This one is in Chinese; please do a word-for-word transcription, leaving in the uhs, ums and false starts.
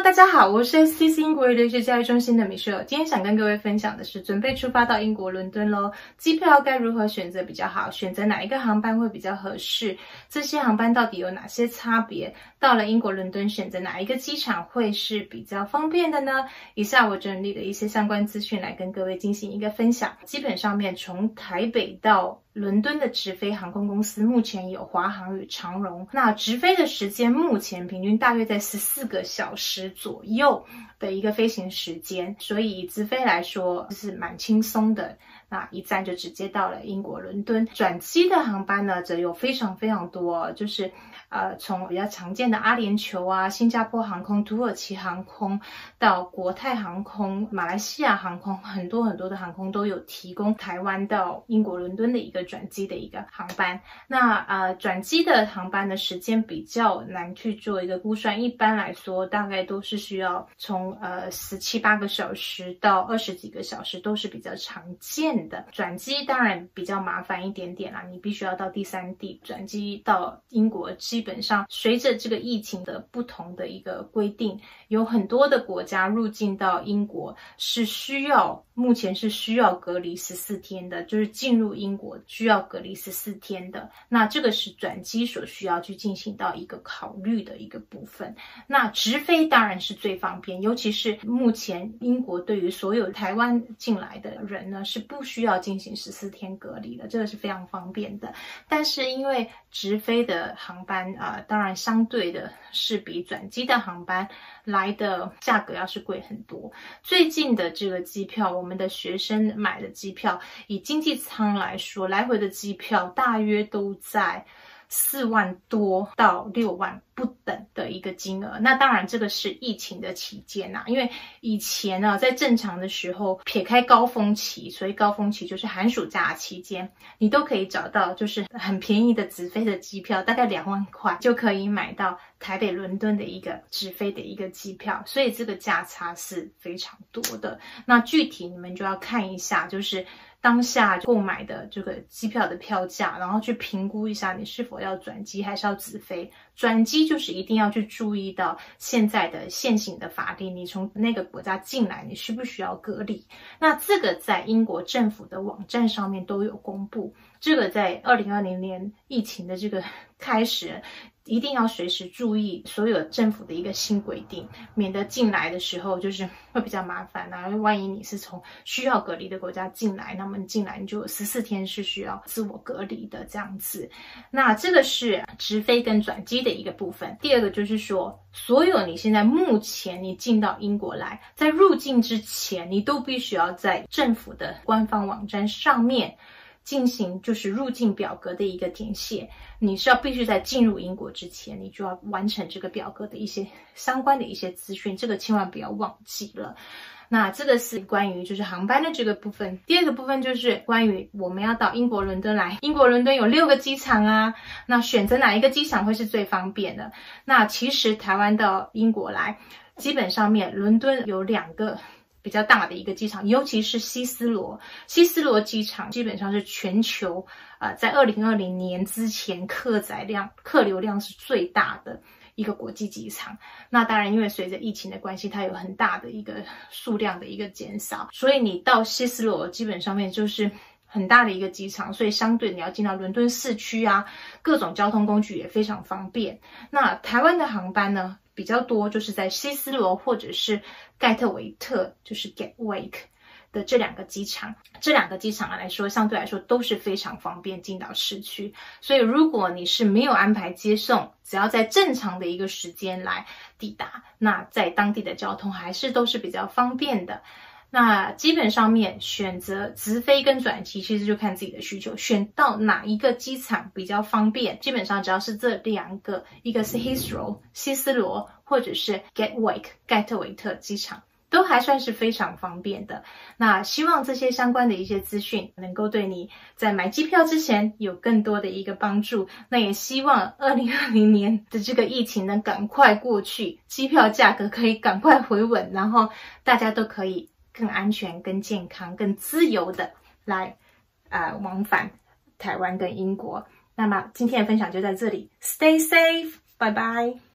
大家好，我是 S T C 英国留学教育中心的 Michelle。今天想跟各位分享的是，准备出发到英国伦敦咯，机票该如何选择比较好？选择哪一个航班会比较合适？这些航班到底有哪些差别？到了英国伦敦，选择哪一个机场会是比较方便的呢？以下我整理了一些相关资讯来跟各位进行一个分享。基本上面从台北到伦敦的直飞航空公司目前有华航与长荣，那直飞的时间目前平均大约在十四个小时左右的一个飞行时间，所以以直飞来说是蛮轻松的。那一站就直接到了英国伦敦。转机的航班呢，则有非常非常多，就是呃从比较常见的阿联酋啊、新加坡航空、土耳其航空到国泰航空、马来西亚航空，很多很多的航空都有提供台湾到英国伦敦的一个转机的一个航班。那呃转机的航班的时间比较难去做一个估算，一般来说大概都是需要从呃十七八个小时到二十几个小时，都是比较常见的。转机当然比较麻烦一点点啦，你必须要到第三地转机到英国。基本上随着这个疫情的不同的一个规定，有很多的国家入境到英国是需要目前是需要隔离十四天的，就是进入英国需要隔离十四天的。那这个是转机所需要去进行到一个考虑的一个部分。那直飞当然是最方便，尤其是目前英国对于所有台湾进来的人呢，是不需要进行十四天隔离的，这个是非常方便的。但是因为直飞的航班啊、呃，当然相对的是比转机的航班来的价格要是贵很多。最近的这个机票，我们的学生买的机票，以经济舱来说，来回的机票大约都在四万多到六万不等的一个金额。那当然这个是疫情的期间啊，因为以前呢、啊、在正常的时候，撇开高峰期，所以高峰期就是寒暑假期间，你都可以找到就是很便宜的直飞的机票，大概两万块就可以买到台北伦敦的一个直飞的一个机票，所以这个价差是非常多的。那具体你们就要看一下，就是当下购买的这个机票的票价，然后去评估一下你是否要转机还是要直飞。转机就是一定要去注意到现在的现行的法令，你从那个国家进来你需不需要隔离。那这个在英国政府的网站上面都有公布，这个在二零二零年疫情的这个开始，一定要随时注意所有政府的一个新规定，免得进来的时候就是会比较麻烦啊。万一你是从需要隔离的国家进来，那么你进来你就有十四天是需要自我隔离的这样子。那这个是直飞跟转机的一个部分。第二个就是说，所有你现在目前你进到英国来，在入境之前，你都必须要在政府的官方网站上面进行就是入境表格的一个填写。你是要必须在进入英国之前，你就要完成这个表格的一些相关的一些资讯，这个千万不要忘记了。那这个是关于就是航班的这个部分。第二个部分就是关于我们要到英国伦敦来，英国伦敦有六个机场啊，那选择哪一个机场会是最方便的？那其实台湾到英国来，基本上面伦敦有两个比较大的一个机场，尤其是希斯罗，希斯罗机场基本上是全球呃在二零二零年之前客载量客流量是最大的一个国际机场。那当然因为随着疫情的关系，它有很大的一个数量的一个减少，所以你到希斯罗基本上面就是很大的一个机场，所以相对你要进到伦敦市区啊，各种交通工具也非常方便。那台湾的航班呢比较多，就是在希斯罗或者是盖特维特，就是 Gatwick 的这两个机场。这两个机场来说，相对来说都是非常方便进到市区。所以如果你是没有安排接送，只要在正常的一个时间来抵达，那在当地的交通还是都是比较方便的。那基本上面选择直飞跟转机，其实就看自己的需求，选到哪一个机场比较方便。基本上只要是这两个，一个是 Heathrow 希斯罗，或者是 Gatwick 盖特维特机场，都还算是非常方便的。那希望这些相关的一些资讯能够对你在买机票之前有更多的一个帮助。那也希望二零二零年的这个疫情能赶快过去，机票价格可以赶快回稳，然后大家都可以更安全、更健康、更自由的来呃往返台湾跟英国。那么今天的分享就在这里 ，Stay safe， 拜拜。